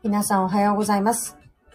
皆さんおはようございます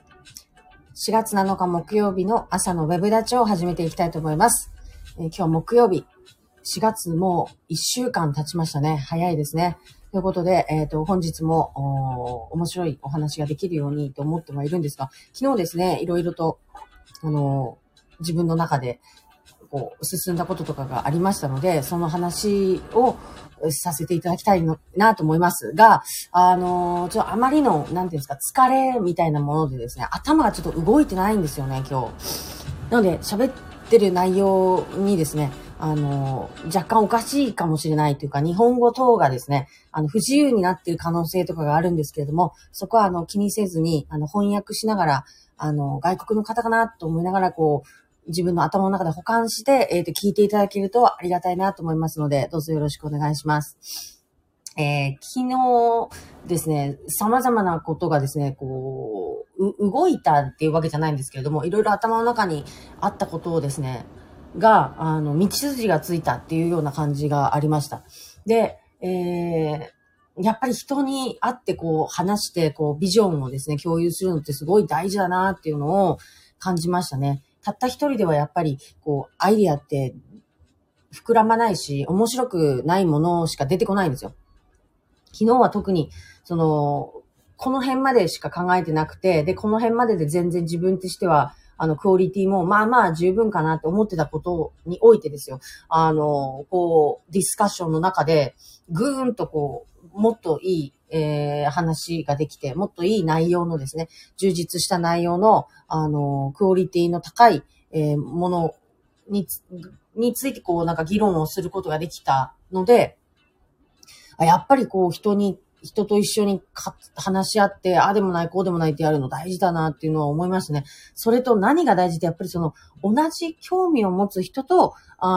。4月7日木曜日の朝のウェブ立ちを始めていきたいと思います。今日木曜日、4月もう1週間経ちましたね。早いですね。ということで、本日も面白いお話ができるようにと思ってはいるんですが、昨日ですね、いろいろと、自分の中で進んだこととかがありましたので、その話をさせていただきたいなと思いますが、あまりの、なんていうんですか、疲れみたいなものでですね、頭がちょっと動いてないんですよね、今日。なので、喋ってる内容にですね、若干おかしいかもしれないというか、日本語等がですね、不自由になっている可能性とかがあるんですけれども、そこは気にせずに、翻訳しながら、外国の方かなと思いながら、自分の頭の中で保管して、聞いていただけるとありがたいなと思いますので、どうぞよろしくお願いします。昨日ですね、様々なことがですね、動いたっていうわけじゃないんですけれども、いろいろ頭の中にあったことをですね、道筋がついたっていうような感じがありました。で、やっぱり人に会って話してビジョンをですね、共有するのってすごい大事だなっていうのを感じましたね。たった一人ではやっぱりアイディアって膨らまないし、面白くないものしか出てこないんですよ。昨日は特に、この辺までしか考えてなくて、で、この辺までで全然自分としては、クオリティもまあまあ十分かなと思ってたことにおいてですよ。ディスカッションの中で、ぐーんともっといい、話ができて、もっといい内容のですね、充実した内容の、クオリティの高い、ものについて議論をすることができたので、やっぱり人と一緒に話し合って、ああでもない、こうでもないってやるの大事だなっていうのは思いますね。それと何が大事って、やっぱり同じ興味を持つ人と、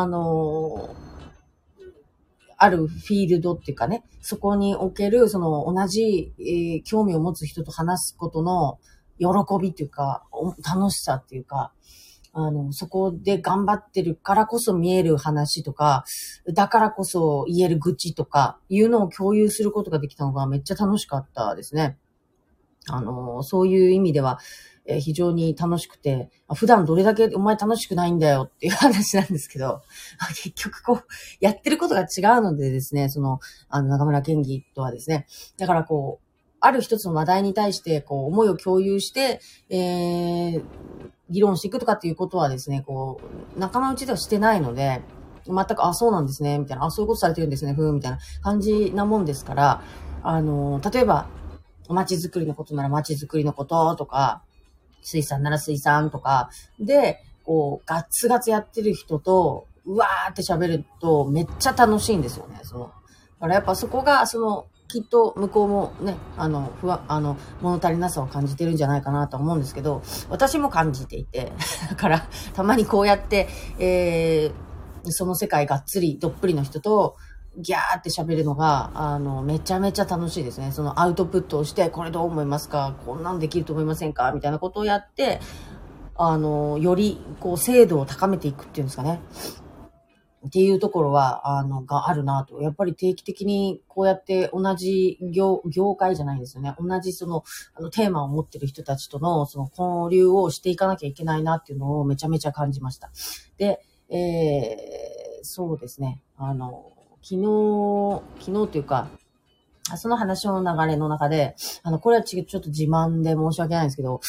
あるフィールドっていうかね、そこにおける、同じ、興味を持つ人と話すことの喜びっていうか、楽しさっていうか、そこで頑張ってるからこそ見える話とか、だからこそ言える愚痴とか、いうのを共有することができたのがめっちゃ楽しかったですね。そういう意味では、非常に楽しくて、普段どれだけお前楽しくないんだよっていう話なんですけど、結局やってることが違うのでですね、中村健議とはですね、だからある一つの話題に対して、思いを共有して、議論していくとかっていうことはですね、仲間内ではしてないので、全く、そうなんですね、みたいな、そういうことされてるんですね、みたいな感じなもんですから、例えば、街づくりのことなら街づくりのこととか、水産なら水産とか、で、ガツガツやってる人と、うわーって喋ると、めっちゃ楽しいんですよね、だからやっぱそこが、きっと向こうもね、物足りなさを感じてるんじゃないかなと思うんですけど、私も感じていて、だから、たまにこうやって、その世界がっつり、どっぷりの人と、ギャーって喋るのが、めちゃめちゃ楽しいですね。そのアウトプットをして、これどう思いますか？こんなんできると思いませんか？みたいなことをやって、より、精度を高めていくっていうんですかね。っていうところは、があるなと。やっぱり定期的にこうやって同じ業界じゃないんですよね。同じテーマを持ってる人たちとの交流をしていかなきゃいけないなっていうのをめちゃめちゃ感じました。で、そうですね。昨日というか、その話の流れの中で、これはちょっと自慢で申し訳ないんですけど、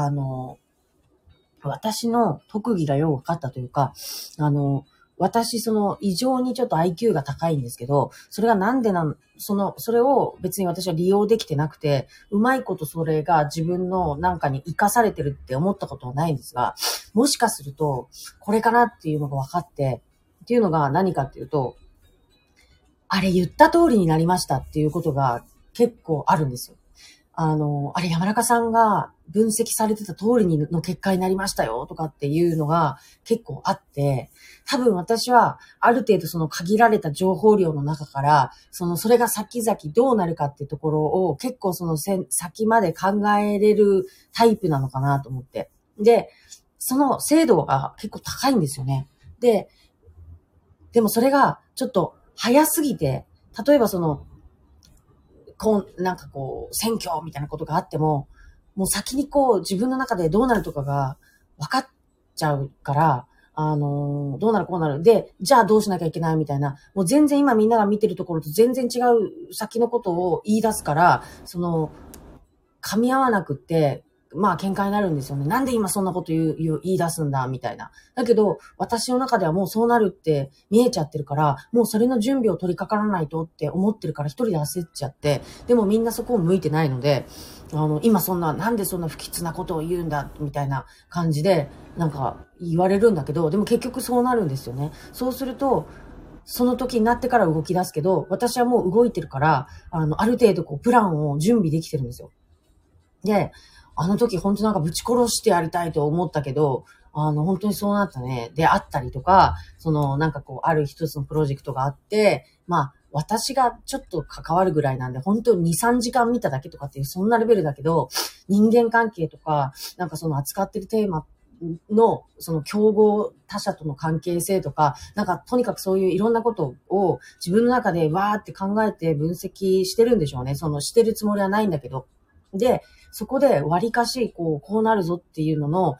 私の特技がよく分かったというか、私、異常にちょっと IQ が高いんですけど、それがなんでそれを別に私は利用できてなくて、うまいことそれが自分のなんかに活かされてるって思ったことはないんですが、もしかすると、これかなっていうのが分かって、っていうのが何かっていうと、あれ言った通りになりましたっていうことが結構あるんですよ。あれ山中さんが分析されてた通りの結果になりましたよとかっていうのが結構あって、多分私はある程度限られた情報量の中から、それが先々どうなるかっていうところを結構先まで考えれるタイプなのかなと思って。で、その精度が結構高いんですよね。でもそれがちょっと早すぎて、例えばなんかこう、選挙みたいなことがあっても、もう先にこう、自分の中でどうなるとかが分かっちゃうから、どうなるこうなる。で、じゃあどうしなきゃいけないみたいな、もう全然今みんなが見てるところと全然違う先のことを言い出すから、噛み合わなくって、まあ喧嘩になるんですよね。なんで今そんなこと言い出すんだ、みたいな。だけど、私の中ではもうそうなるって見えちゃってるから、もうそれの準備を取り掛からないとって思ってるから一人で焦っちゃって、でもみんなそこを向いてないので、今なんでそんな不吉なことを言うんだ、みたいな感じで、なんか言われるんだけど、でも結局そうなるんですよね。そうすると、その時になってから動き出すけど、私はもう動いてるから、ある程度こう、プランを準備できてるんですよ。で、あの時本当なんかぶち殺してやりたいと思ったけど、本当にそうなったね。で、あったりとか、なんかこう、ある一つのプロジェクトがあって、まあ、私がちょっと関わるぐらいなんで、本当に2、3時間見ただけとかっていう、そんなレベルだけど、人間関係とか、なんか扱ってるテーマの、競合他者との関係性とか、なんかとにかくそういういろんなことを自分の中でわーって考えて分析してるんでしょうね。してるつもりはないんだけど。で、そこで割かし、こうなるぞっていうのの、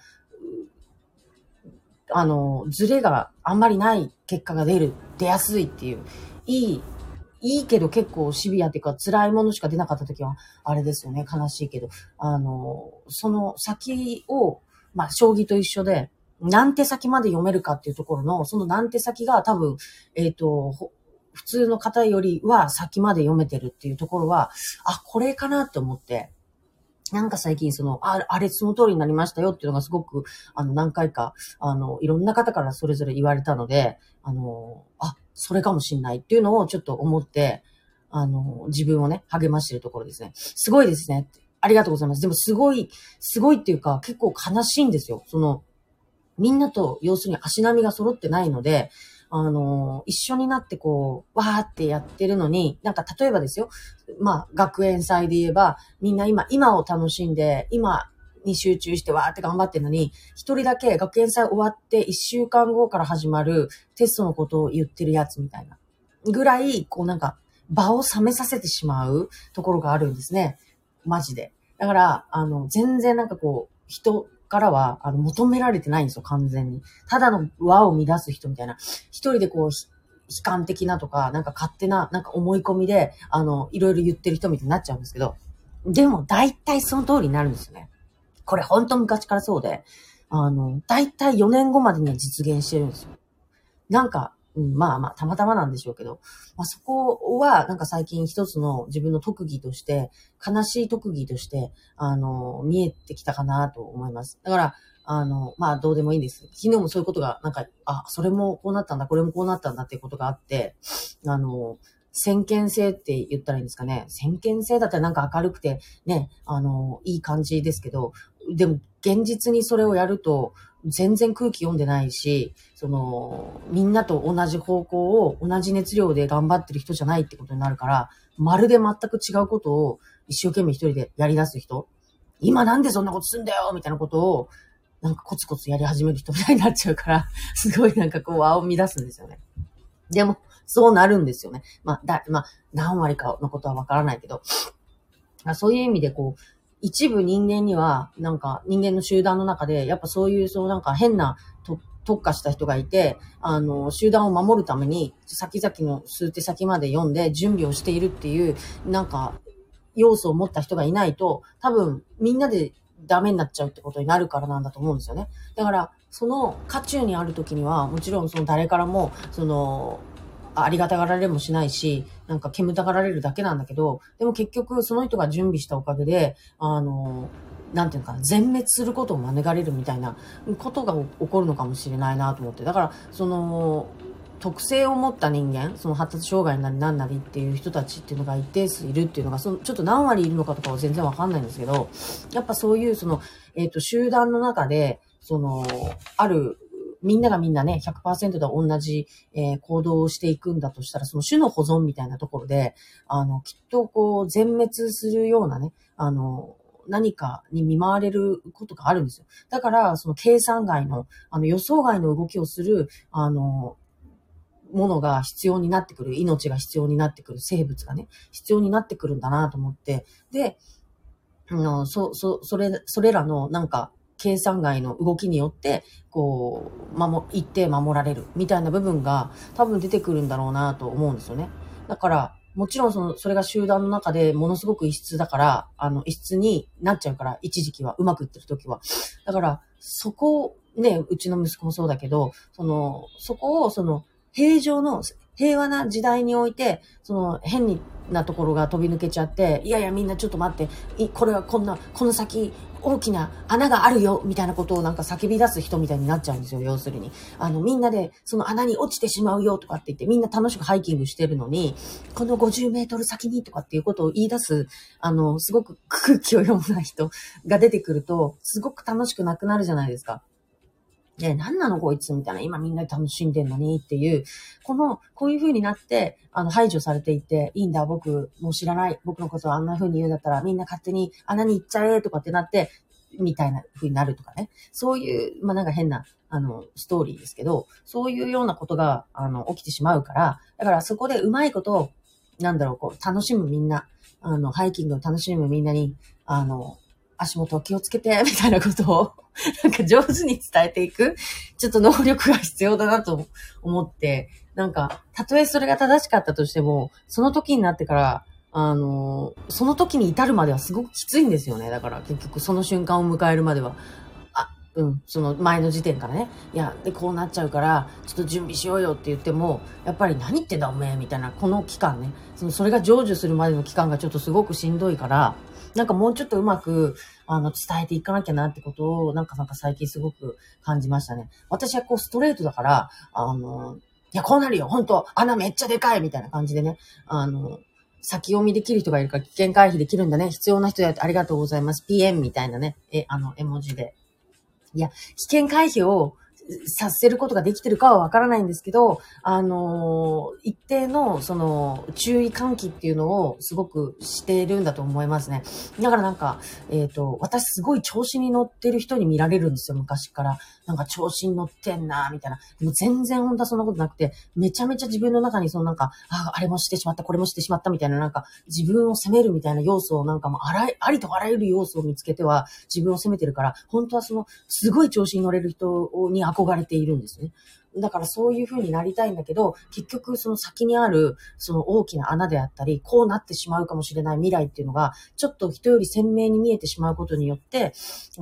ズレがあんまりない結果が出やすいっていう、いいけど結構シビアっていうか辛いものしか出なかった時は、あれですよね、悲しいけど、その先を、まあ、将棋と一緒で、何手先まで読めるかっていうところの、その何手先が多分、普通の方よりは先まで読めてるっていうところは、あ、これかなって思って、なんか最近あれその通りになりましたよっていうのがすごく、何回か、いろんな方からそれぞれ言われたので、それかもしんないっていうのをちょっと思って、自分をね、励ましているところですね。すごいですね。ありがとうございます。でもすごいっていうか、結構悲しいんですよ。みんなと、要するに足並みが揃ってないので、一緒になってこう、わーってやってるのに、なんか例えばですよ、まあ、学園祭で言えば、みんな今を楽しんで、今に集中してわーって頑張ってるのに、一人だけ学園祭終わって一週間後から始まるテストのことを言ってるやつみたいな。ぐらい、こうなんか、場を冷めさせてしまうところがあるんですね。マジで。だから、全然なんかこう、人からは、求められてないんですよ、完全に。ただの輪を乱す人みたいな。一人でこう、悲観的なとか、なんか勝手な、なんか思い込みで、いろいろ言ってる人みたいになっちゃうんですけど、でも、大体その通りになるんですよね。これほんと昔からそうで、大体4年後までには実現してるんですよ。なんか、まあまあ、たまたまなんでしょうけど、まあそこは、なんか最近一つの自分の特技として、悲しい特技として、見えてきたかなと思います。だから、まあどうでもいいんです。昨日もそういうことが、なんか、それもこうなったんだ、これもこうなったんだっていうことがあって、先見性って言ったらいいんですかね。先見性だったらなんか明るくて、ね、いい感じですけど、でも現実にそれをやると、全然空気読んでないし、みんなと同じ方向を同じ熱量で頑張ってる人じゃないってことになるから、まるで全く違うことを一生懸命一人でやり出す人、今なんでそんなことすんだよみたいなことを、なんかコツコツやり始める人みたいになっちゃうから、すごいなんかこう輪を乱すんですよね。でも、そうなるんですよね。まあ、何割かのことはわからないけど、そういう意味でこう、一部人間には、なんか人間の集団の中で、やっぱそういう、なんか変な特化した人がいて、集団を守るために、先々の数手先まで読んで準備をしているっていう、なんか、要素を持った人がいないと、多分、みんなでダメになっちゃうってことになるからなんだと思うんですよね。だから、その渦中にある時には、もちろん誰からも、ありがたがられもしないし、なんか煙たがられるだけなんだけど、でも結局その人が準備したおかげで、なんていうのかな、全滅することを免れるみたいなことが起こるのかもしれないなと思って。だから、特性を持った人間、発達障害なり何なりっていう人たちっていうのが一定数いるっていうのが、ちょっと何割いるのかとかは全然わかんないんですけど、やっぱそういう集団の中で、ある、みんながみんなね、100% で同じ、行動をしていくんだとしたら、その種の保存みたいなところで、きっとこう、全滅するようなね、何かに見舞われることがあるんですよ。だから、計算外の、予想外の動きをする、 ものが必要になってくる、命が必要になってくる、生物がね、必要になってくるんだなと思って、で、それらのなんか、計算外の動きによって、こう、一定守られる、みたいな部分が多分出てくるんだろうなと思うんですよね。だから、もちろんそれが集団の中でものすごく異質だから、異質になっちゃうから、一時期は、うまくいってる時は。だから、そこをね、うちの息子もそうだけど、そこを平和な時代において、変なところが飛び抜けちゃって、いやいやみんなちょっと待って、これはこの先、大きな穴があるよ、みたいなことをなんか叫び出す人みたいになっちゃうんですよ、要するに。みんなでその穴に落ちてしまうよとかって言って、みんな楽しくハイキングしてるのに、この50メートル先にとかっていうことを言い出す、すごく空気を読まない人が出てくると、すごく楽しくなくなるじゃないですか。何なのこいつみたいな、今みんなで楽しんでんのにっていう、こういう風になって、排除されていて、いいんだ、僕、もう知らない。僕のことをあんな風に言うんだったら、みんな勝手に穴に行っちゃえとかってなって、みたいな風になるとかね。そういう、なんか変な、ストーリーですけど、そういうようなことが、起きてしまうから、だからそこでうまいことを、楽しむみんな、ハイキングを楽しむみんなに、足元を気をつけて、みたいなことを、なんか上手に伝えていく、ちょっと能力が必要だなと思って、なんか、たとえそれが正しかったとしても、その時になってから、その時に至るまではすごくきついんですよね。だから結局その瞬間を迎えるまでは。その前の時点からね。いや、で、こうなっちゃうから、ちょっと準備しようよって言っても、やっぱり何言ってんだおめえみたいな、この期間ね。それが成就するまでの期間がちょっとすごくしんどいから、なんかもうちょっとうまく、伝えていかなきゃなってことを、なんか最近すごく感じましたね。私はこうストレートだから、いや、こうなるよ、本当穴めっちゃでかいみたいな感じでね、先読みできる人がいるから危険回避できるんだね。必要な人やってありがとうございます。PM みたいなね、絵文字で。いや、危険回避をさせることができてるかはわからないんですけど、一定の、注意喚起っていうのをすごくしているんだと思いますね。だからなんか、私すごい調子に乗ってる人に見られるんですよ、昔から。なんか調子に乗ってんな、みたいな。でも全然本当はそんなことなくて、めちゃめちゃ自分の中にあれもしてしまった、これもしてしまったみたいな、なんか自分を責めるみたいな要素をなんかもうありとあらゆる要素を見つけては自分を責めてるから、本当はすごい調子に乗れる人に憧れているんですね。だからそういう風になりたいんだけど、結局その先にあるその大きな穴であったり、こうなってしまうかもしれない未来っていうのが、ちょっと人より鮮明に見えてしまうことによって、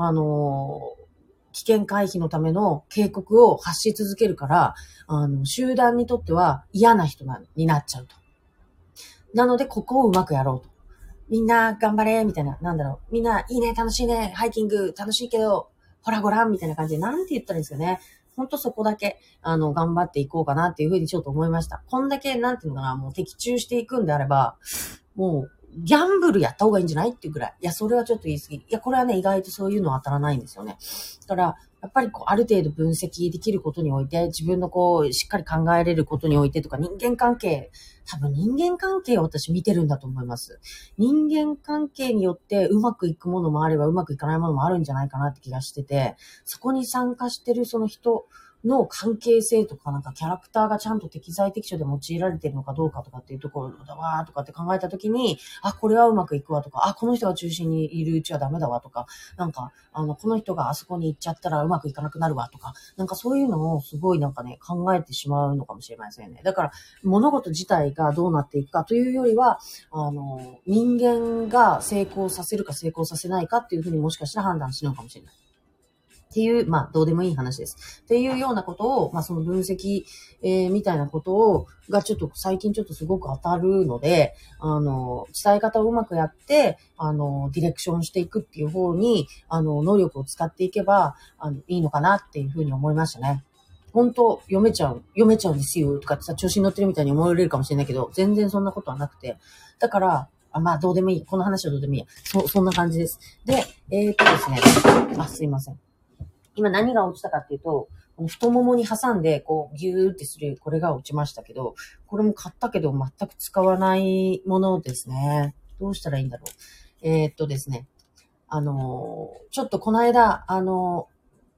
危険回避のための警告を発し続けるから、集団にとっては嫌な人になっちゃうと。なので、ここをうまくやろうと。みんな頑張れみたいな、みんないいね、楽しいね、ハイキング楽しいけど、ほらごらんみたいな感じで、なんて言ったらいいんですかね。ほんとそこだけ、頑張っていこうかなっていうふうにちょっと思いました。こんだけ、なんていうのかな、もう的中していくんであれば、もう、ギャンブルやった方がいいんじゃないっていうぐらい。いや、それはちょっと言い過ぎ。いや、これはね、意外とそういうのは当たらないんですよね。だから、やっぱりある程度分析できることにおいて、自分のしっかり考えれることにおいてとか、多分人間関係を私見てるんだと思います。人間関係によってうまくいくものもあればうまくいかないものもあるんじゃないかなって気がしてて、そこに参加してるその人の関係性とか、なんかキャラクターがちゃんと適材適所で用いられてるのかどうかとかっていうところだわーとかって考えたときに、これはうまくいくわとか、この人が中心にいるうちはダメだわとか、なんか、この人があそこに行っちゃったらうまくいかなくなるわとか、なんかそういうのをすごいなんかね、考えてしまうのかもしれませんね。だから、物事自体がどうなっていくかというよりは、人間が成功させるか成功させないかっていうふうにもしかしたら判断しないかもしれない。っていう、どうでもいい話です。っていうようなことを、その分析、みたいなことを、がちょっと最近ちょっとすごく当たるので、伝え方をうまくやって、ディレクションしていくっていう方に、能力を使っていけば、いいのかなっていうふうに思いましたね。本当読めちゃうんですよ、とかってさ、調子に乗ってるみたいに思われるかもしれないけど、全然そんなことはなくて。だから、どうでもいい。この話はどうでもいいや。そんな感じです。で、ですね。すいません。今何が落ちたかっていうと、この太ももに挟んで、ギューってする、これが落ちましたけど、これも買ったけど全く使わないものですね。どうしたらいいんだろう。ですね。ちょっとこの間、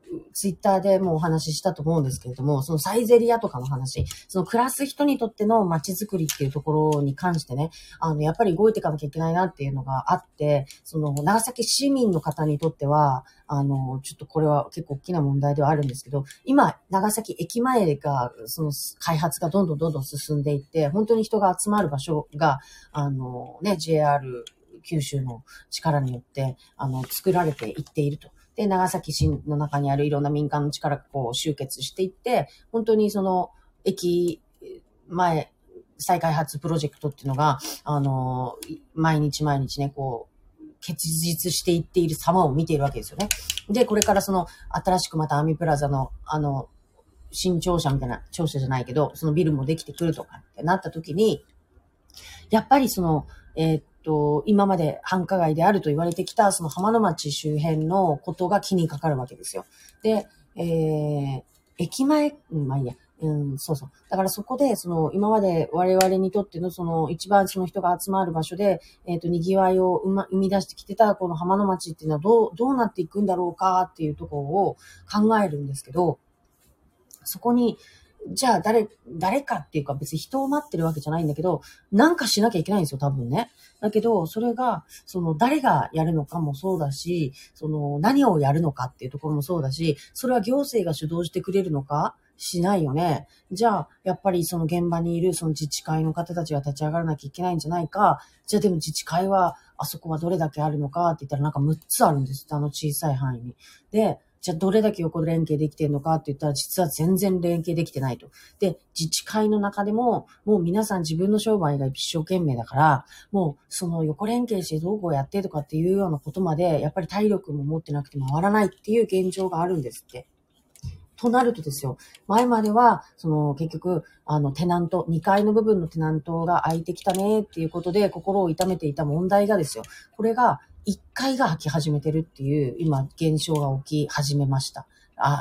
ツイッターでもお話ししたと思うんですけれども、そのサイゼリアとかの話、その暮らす人にとっての街づくりっていうところに関してね、やっぱり動いていかなきゃいけないなっていうのがあって、その長崎市民の方にとっては、ちょっとこれは結構大きな問題ではあるんですけど、今、長崎駅前が、その開発がどんどん進んでいって、本当に人が集まる場所が、JR 九州の力によって、作られていっていると。で、長崎市の中にあるいろんな民間の力がこう集結していって、本当にその駅前再開発プロジェクトっていうのが、毎日ね、こう、結実していっている様を見ているわけですよね。で、これからその新しくまたアミプラザの新庁舎みたいな、庁舎じゃないけど、そのビルもできてくるとかってなった時に、やっぱりその、今まで繁華街であると言われてきた、その浜の町周辺のことが気にかかるわけですよ。で、駅前、まあいいや、そうそう。だからそこで、その、今まで我々にとっての、その、一番その人が集まる場所で、賑わいを生み出してきてた、この浜の町っていうのはどうなっていくんだろうかっていうところを考えるんですけど、そこに、じゃあ誰かっていうか別に人を待ってるわけじゃないんだけど、なんかしなきゃいけないんですよ、多分ね。だけど、それが、その誰がやるのかもそうだし、その何をやるのかっていうところもそうだし、それは行政が主導してくれるのかしないよね。じゃあ、やっぱりその現場にいるその自治会の方たちが立ち上がらなきゃいけないんじゃないか。じゃあでも自治会は、あそこはどれだけあるのかって言ったらなんか6つあるんです。小さい範囲に。で、じゃあどれだけ横連携できてるのかって言ったら実は全然連携できてないと。で、自治会の中でももう皆さん自分の商売が一生懸命だから、もうその横連携してどうこうやってとかっていうようなことまでやっぱり体力も持ってなくて回らないっていう現状があるんですって。となるとですよ、前までは、その結局、テナント、2階の部分のテナントが空いてきたねっていうことで心を痛めていた問題がですよ、これが1階が空き始めてるっていう、今、現象が起き始めました。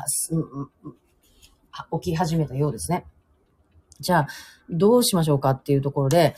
起き始めたようですね。じゃあ、どうしましょうかっていうところで、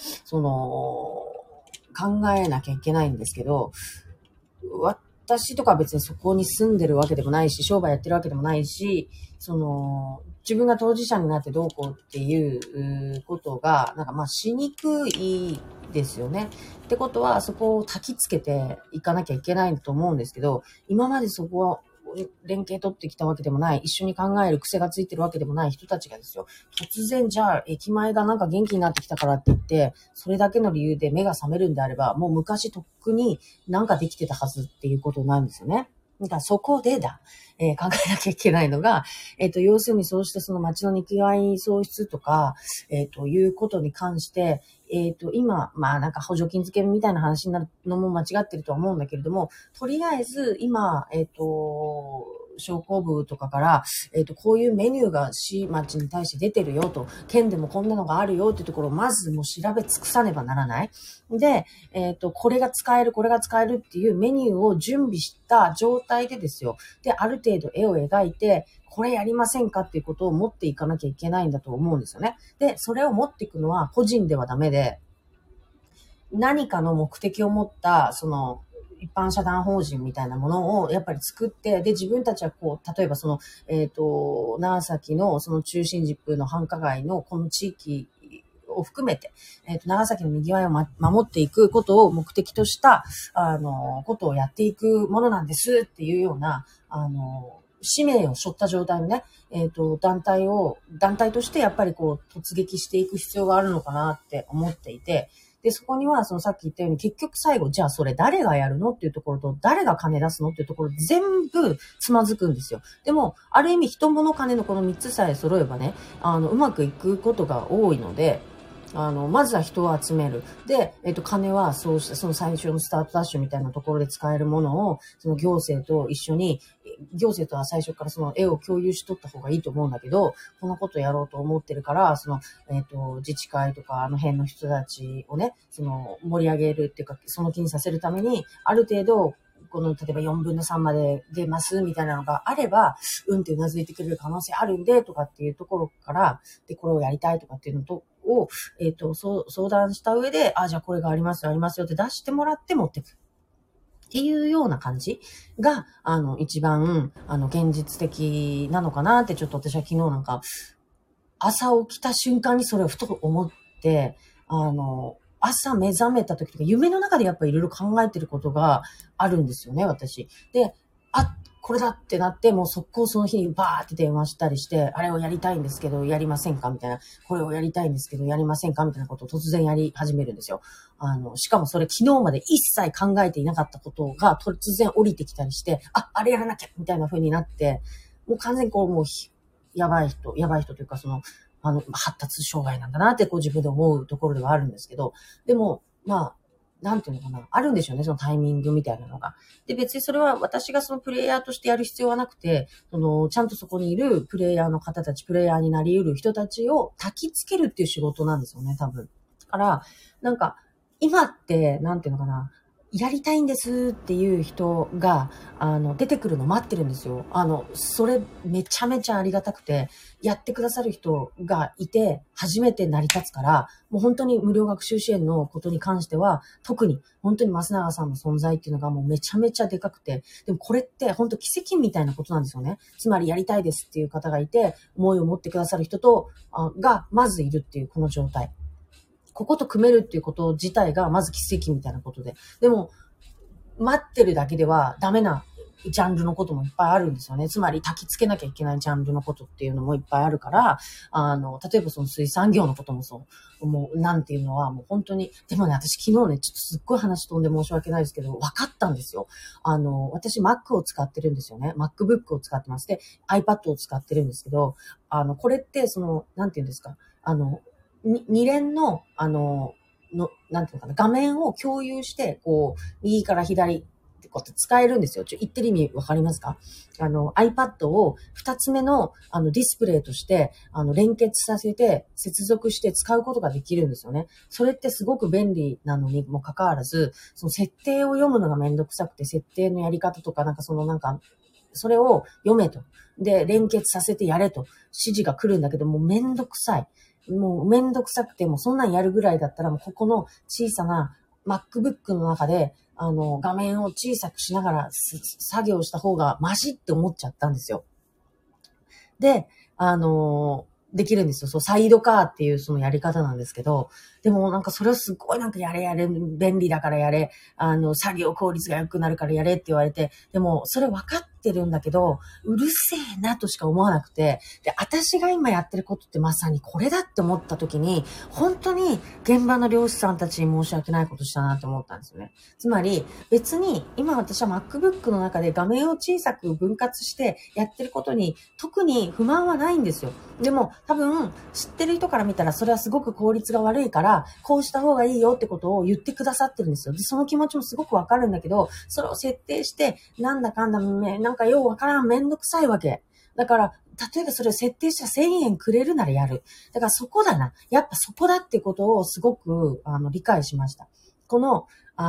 考えなきゃいけないんですけど、私とか別にそこに住んでるわけでもないし、商売やってるわけでもないし、自分が当事者になってどうこうっていうことが、しにくいですよね。ってことは、そこを焚きつけていかなきゃいけないと思うんですけど、今までそこは連携取ってきたわけでもない、一緒に考える癖がついてるわけでもない人たちがですよ、突然じゃあ駅前がなんか元気になってきたからって言って、それだけの理由で目が覚めるんであれば、もう昔とっくになんかできてたはずっていうことなんですよね。だからそこで考えなきゃいけないのが、要するにそうしてその街のにぎわい創出とか、いうことに関して、今、なんか補助金付けみたいな話になるのも間違ってるとは思うんだけれども、とりあえず今、商工部とかから、こういうメニューが市町に対して出てるよと、県でもこんなのがあるよっていうところをまずもう調べ尽くさねばならない。で、これが使えるっていうメニューを準備した状態でですよ。で、ある程度絵を描いて、これやりませんかっていうことを持っていかなきゃいけないんだと思うんですよね。で、それを持っていくのは個人ではダメで、何かの目的を持った、一般社団法人みたいなものをやっぱり作って、で、自分たちは例えば長崎のその中心軸の繁華街のこの地域を含めて、長崎の賑わいを守っていくことを目的とした、ことをやっていくものなんですっていうような、使命を背負った状態のね、団体としてやっぱり突撃していく必要があるのかなって思っていて、で、そこには、さっき言ったように、結局最後、じゃあそれ誰がやるのっていうところと、誰が金出すのっていうところ、全部つまずくんですよ。でも、ある意味、人物金のこの3つさえ揃えばね、うまくいくことが多いので、まずは人を集める。で、金はそうした、その最初のスタートダッシュみたいなところで使えるものを、その行政と一緒に、行政とは最初からその絵を共有しとった方がいいと思うんだけど、このことやろうと思ってるから、自治会とかあの辺の人たちをね、盛り上げるっていうか、その気にさせるために、ある程度、例えば4分の3まで出ますみたいなのがあれば、ってうなずいてくれる可能性あるんで、とかっていうところから、で、これをやりたいとかっていうのを、相談した上で、じゃあこれがありますよって出してもらって持ってく。 っていうような感じが、一番、現実的なのかなってちょっと私は昨日なんか、朝起きた瞬間にそれをふと思って、朝目覚めた時とか、夢の中でやっぱいろいろ考えてることがあるんですよね、私。で、これだってなって、もう速攻その日にバーって電話したりして、あれをやりたいんですけど、やりませんかみたいな。これをやりたいんですけど、やりませんかみたいなことを突然やり始めるんですよ。しかもそれ昨日まで一切考えていなかったことが突然降りてきたりして、あれやらなきゃみたいな風になって、もう完全にもう、やばい人というか発達障害なんだなって自分で思うところではあるんですけど、でも、なんていうのかな、あるんでしょうね、そのタイミングみたいなのが。で、別にそれは私がそのプレイヤーとしてやる必要はなくて、ちゃんとそこにいるプレイヤーの方たち、プレイヤーになり得る人たちを焚きつけるっていう仕事なんですよね、多分。だから、今って、なんていうのかな、やりたいんですっていう人が、出てくるの待ってるんですよ。それめちゃめちゃありがたくて、やってくださる人がいて、初めて成り立つから、もう本当に無料学習支援のことに関しては、特に本当に増永さんの存在っていうのがもうめちゃめちゃでかくて、でもこれって本当奇跡みたいなことなんですよね。つまりやりたいですっていう方がいて、思いを持ってくださる人がまずいるっていうこの状態。ここと組めるっていうこと自体がまず奇跡みたいなことで。でも、待ってるだけではダメなジャンルのこともいっぱいあるんですよね。つまり焚きつけなきゃいけないジャンルのことっていうのもいっぱいあるから、例えばその水産業のこともそう、もうなんていうのはもう本当に、でもね、私昨日ね、ちょっとすっごい話飛んで申し訳ないですけど、分かったんですよ。私 Mac を使ってるんですよね。MacBook を使ってます。で、iPad を使ってるんですけど、これってなんていうんですか、二連の、なんていうのかな、画面を共有して、右から左ってこうやって使えるんですよ。言ってる意味わかりますか？iPad を二つ目の、ディスプレイとして、連結させて、接続して使うことができるんですよね。それってすごく便利なのにもかかわらず、その設定を読むのがめんどくさくて、設定のやり方とか、それを読めと。で、連結させてやれと。指示が来るんだけど、もうめんどくさい。もうめんどくさくて、もうそんなんやるぐらいだったら、もうここの小さな MacBook の中で、画面を小さくしながら作業した方がマシって思っちゃったんですよ。で、できるんですよ。そう、サイドカーっていうそのやり方なんですけど、でもそれをすっごいやれ、便利だからやれ、作業効率が良くなるからやれって言われて、でもそれ分かってるんだけど、うるせえなとしか思わなくて、で、私が今やってることってまさにこれだって思った時に、本当に現場の漁師さんたちに申し訳ないことしたなって思ったんですよね。つまり、別に今私は MacBook の中で画面を小さく分割してやってることに特に不満はないんですよ。でも多分知ってる人から見たらそれはすごく効率が悪いからこうした方がいいよってことを言ってくださってるんですよ。で、その気持ちもすごくわかるんだけど、それを設定してなんだかんだようわからんめんどくさいわけ。だから例えばそれを設定したら1000円くれるならやる。だからそこだな。やっぱそこだってことをすごく理解しました。この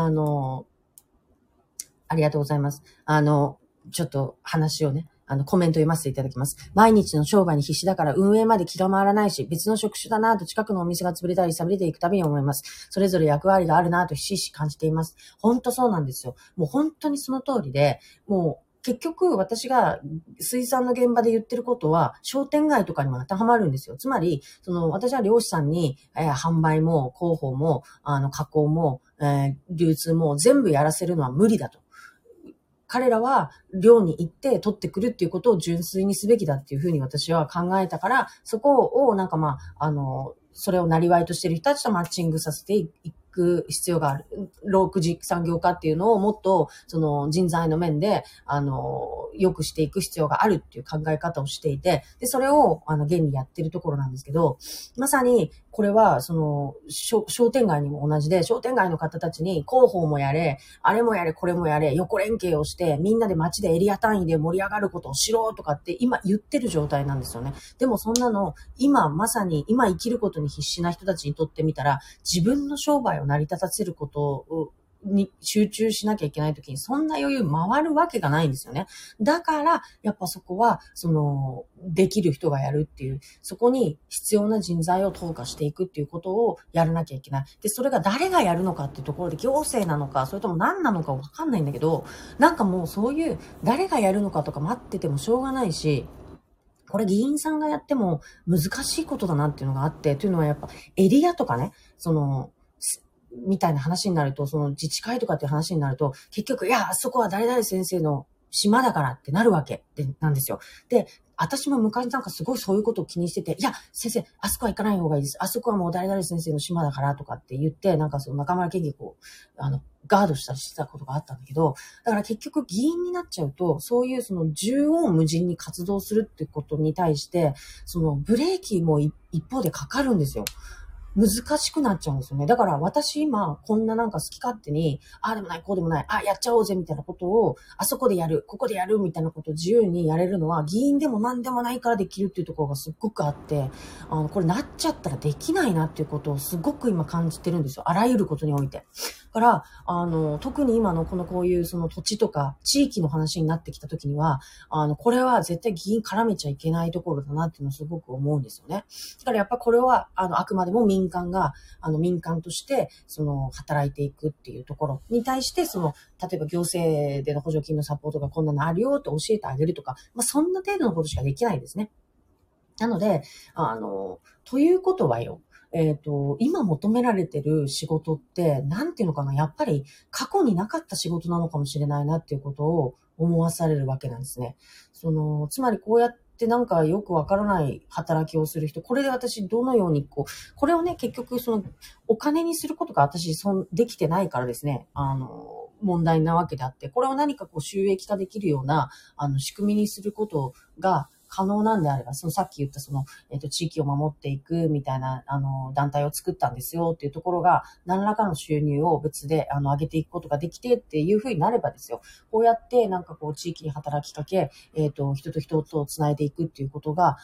ありがとうございます。ちょっと話をね、コメント読ませていただきます。毎日の商売に必死だから運営まで気が回らないし、別の職種だなぁと近くのお店が潰れたり寂れていくたびに思います。それぞれ役割があるなぁとひしひし感じています。本当そうなんですよ。もう本当にその通りで、もう結局私が水産の現場で言ってることは商店街とかにも当てはまるんですよ。つまり、私は漁師さんに、販売も広報も、加工も、流通も全部やらせるのは無理だと。彼らは漁に行って取ってくるっていうことを純粋にすべきだっていうふうに私は考えたから、そこをそれをなりわいとしている人たちとマッチングさせていく必要がある。6次産業化っていうのをもっと人材の面で良くしていく必要があるっていう考え方をしていて、でそれを現にやってるところなんですけど、まさにこれは商店街にも同じで、商店街の方たちに広報もやれ、あれもやれ、これもやれ、横連携をしてみんなで街でエリア単位で盛り上がることをしろとかって今言ってる状態なんですよね。でもそんなのまさに生きることに必死な人たちにとってみたら、自分の商売を成り立たせることに集中しなきゃいけないときにそんな余裕回るわけがないんですよね。だから、やっぱそこは、できる人がやるっていう、そこに必要な人材を投下していくっていうことをやらなきゃいけない。で、それが誰がやるのかっていうところで行政なのか、それとも何なのかわかんないんだけど、なんかもうそういう誰がやるのかとか待っててもしょうがないし、これ議員さんがやっても難しいことだなっていうのがあって、というのはやっぱエリアとかね、みたいな話になると、その自治会とかっていう話になると、結局、いや、あそこは誰々先生の島だからってなるわけなんですよ。で、私も昔なんかすごいそういうことを気にしてて、いや、先生、あそこは行かない方がいいです。あそこはもう誰々先生の島だからとかって言って、なんかその中村県議を、ガードしたりしてたことがあったんだけど、だから結局議員になっちゃうと、そういうその縦横無尽に活動するってことに対して、そのブレーキも一方でかかるんですよ。難しくなっちゃうんですよね。だから私今、こんななんか好き勝手に、ああでもない、こうでもない、あ、やっちゃおうぜみたいなことを、あそこでやる、ここでやるみたいなことを自由にやれるのは、議員でも何でもないからできるっていうところがすっごくあって、これなっちゃったらできないなっていうことをすごく今感じてるんですよ。あらゆることにおいて。だから、特に今のこういうその土地とか地域の話になってきた時には、これは絶対議員絡めちゃいけないところだなっていうのをすごく思うんですよね。だからやっぱこれは、あくまでも民間が、民間として、働いていくっていうところに対して、例えば行政での補助金のサポートがこんなのあるよと教えてあげるとか、そんな程度のことしかできないですね。なので、ということはよ、今求められてる仕事って、なんていうのかな、やっぱり過去になかった仕事なのかもしれないなっていうことを思わされるわけなんですね。つまりこうやってなんかよくわからない働きをする人、これで私どのようにこれをね、結局お金にすることが私できてないからですね、問題なわけであって、これを何か収益化できるような、仕組みにすることが、可能なんであれば、さっき言った地域を守っていくみたいな、団体を作ったんですよっていうところが、何らかの収入を別で、上げていくことができてっていうふうになればですよ。こうやってなんか地域に働きかけ、人と人とつないでいくっていうことが、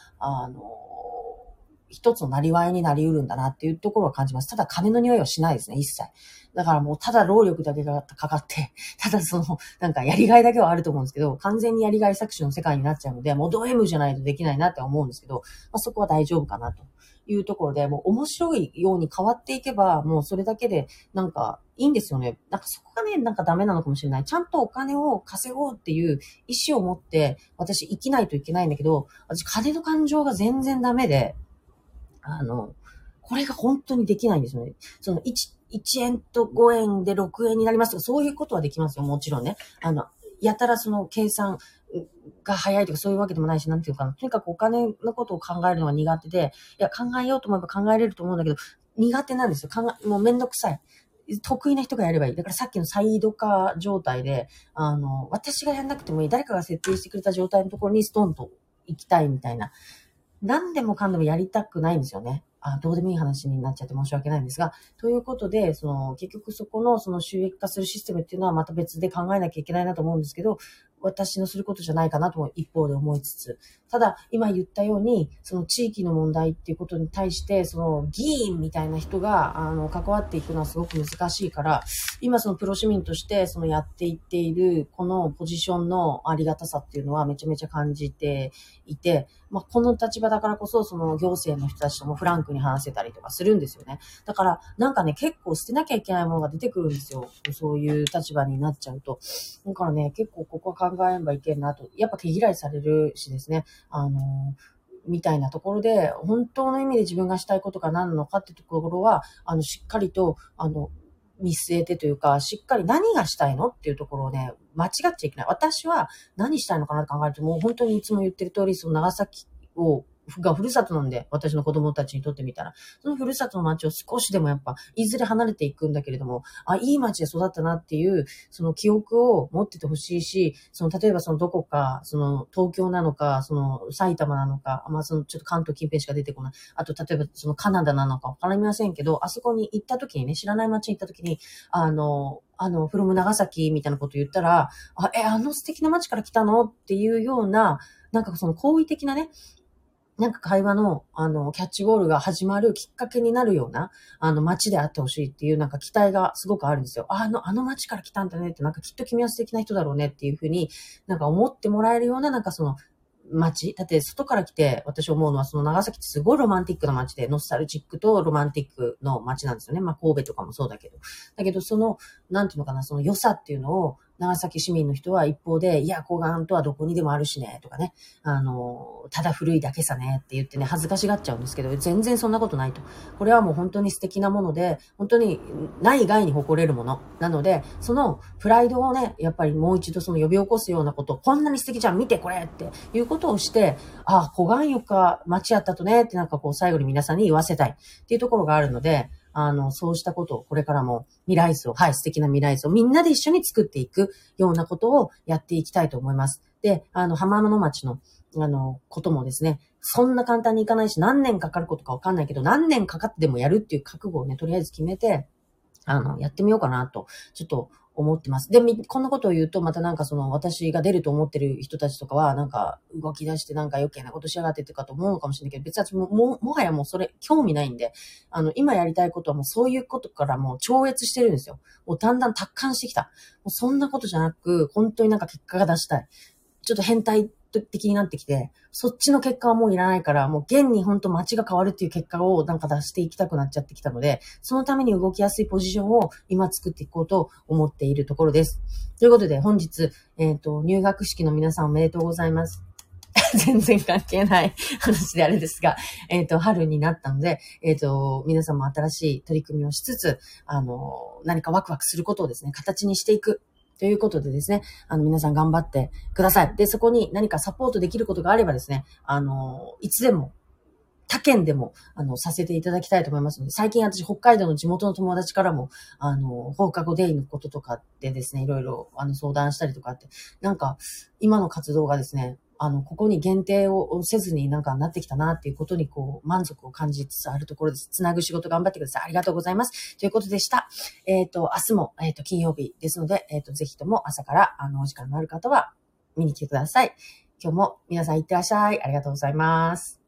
一つのなりわいになり得るんだなっていうところを感じます。ただ金の匂いはしないですね、一切。だからもうただ労力だけがかかって、ただなんかやりがいだけはあると思うんですけど、完全にやりがい搾取の世界になっちゃうので、もうド M じゃないとできないなって思うんですけど、そこは大丈夫かなというところで、もう面白いように変わっていけば、もうそれだけでなんかいいんですよね。なんかそこがね、なんかダメなのかもしれない。ちゃんとお金を稼ごうっていう意思を持って私生きないといけないんだけど、私金の感情が全然ダメで、これが本当にできないんですよね。1円と5円で6円になりますとか、そういうことはできますよ、もちろんね。やたら計算が早いとかそういうわけでもないし、なんていうかな。とにかくお金のことを考えるのが苦手で、いや、考えようと思えば考えれると思うんだけど、苦手なんですよ。もうめんどくさい。得意な人がやればいい。だからさっきのサイド化状態で、私がやんなくてもいい。誰かが設定してくれた状態のところにストンと行きたいみたいな。何でもかんでもやりたくないんですよね。どうでもいい話になっちゃって申し訳ないんですが、ということで、結局そこの収益化するシステムっていうのはまた別で考えなきゃいけないなと思うんですけど、私のすることじゃないかなとも一方で思いつつ、ただ今言ったように、地域の問題っていうことに対して、議員みたいな人が、関わっていくのはすごく難しいから、今プロ市民として、やっていっている、このポジションのありがたさっていうのはめちゃめちゃ感じていて、この立場だからこそ、行政の人たちともフランクに話せたりとかするんですよね。だから、なんかね、結構捨てなきゃいけないものが出てくるんですよ。そういう立場になっちゃうと。だからね、結構ここは考えればいけんなと。やっぱ毛嫌いされるしですね。みたいなところで、本当の意味で自分がしたいことが何なのかってところは、しっかりと、見据えてというか、しっかり何がしたいのっていうところをね、間違っちゃいけない。私は何したいのかなと考えると、もう本当にいつも言ってる通り、長崎がふるさとなんで、私の子供たちにとってみたら、そのふるさとの街を少しでもやっぱ、いずれ離れていくんだけれども、いい街で育ったなっていう、記憶を持っててほしいし、例えばどこか、東京なのか、埼玉なのか、ちょっと関東近辺しか出てこない。あと、例えばカナダなのかわかりませんけど、あそこに行った時にね、知らない街に行った時に、from 長崎みたいなこと言ったら、素敵な街から来たのっていうような、なんか好意的なね、 なんか会話の、キャッチボールが始まるきっかけになるような、街であってほしいっていうなんか期待がすごくあるんですよ。あの街から来たんだねって、なんかきっと君は素敵な人だろうねっていうふうになんか思ってもらえるような、なんかその、街だって外から来て私思うのはその長崎ってすごいロマンティックな街でノスタルジックとロマンティックの街なんですよね。まあ神戸とかもそうだけど。だけどその、なんていうのかな、その良さっていうのを長崎市民の人は一方で、いや、湖岸とはどこにでもあるしね、とかね。ただ古いだけさねって言ってね、恥ずかしがっちゃうんですけど、全然そんなことないと。これはもう本当に素敵なもので、本当に内外に誇れるもの。なので、そのプライドをね、やっぱりもう一度その呼び起こすようなこと、こんなに素敵じゃん、見てこれっていうことをして、あ、湖岸床街やったとねってなんかこう最後に皆さんに言わせたいっていうところがあるので、そうしたことをこれからも未来図を、はい、素敵な未来図をみんなで一緒に作っていくようなことをやっていきたいと思います。で、浜野町の、こともですね、そんな簡単にいかないし、何年かかることかわかんないけど、何年かかってでもやるっていう覚悟をね、とりあえず決めて、やってみようかなと、ちょっと思ってます。で、こんなことを言うと、またなんかその、私が出ると思ってる人たちとかは、なんか、動き出してなんか余計なことしやがってとかと思うのかもしれないけど、別に私もはやもうそれ、興味ないんで、今やりたいことはもうそういうことからもう超越してるんですよ。もうだんだん達観してきた。もうそんなことじゃなく、本当になんか結果が出したい。ちょっと変態的になってきて、そっちの結果はもういらないから、もう現に本当街が変わるっていう結果をなんか出していきたくなっちゃってきたので、そのために動きやすいポジションを今作っていこうと思っているところです。ということで本日、入学式の皆さんおめでとうございます。全然関係ない話であれですが、春になったので、皆さんも新しい取り組みをしつつ、何かワクワクすることをですね、形にしていく。ということでですね、皆さん頑張ってください。で、そこに何かサポートできることがあればですね、いつでも、他県でも、させていただきたいと思いますので、最近私、北海道の地元の友達からも、放課後デイのこととかでですね、いろいろ、相談したりとかって、なんか、今の活動がですね、ここに限定をせずになんかなってきたなっていうことにこう満足を感じつつあるところです。つなぐ仕事頑張ってください。ありがとうございます。ということでした。明日も、金曜日ですので、ぜひとも朝から、お時間のある方は見に来てください。今日も皆さんいってらっしゃい。ありがとうございます。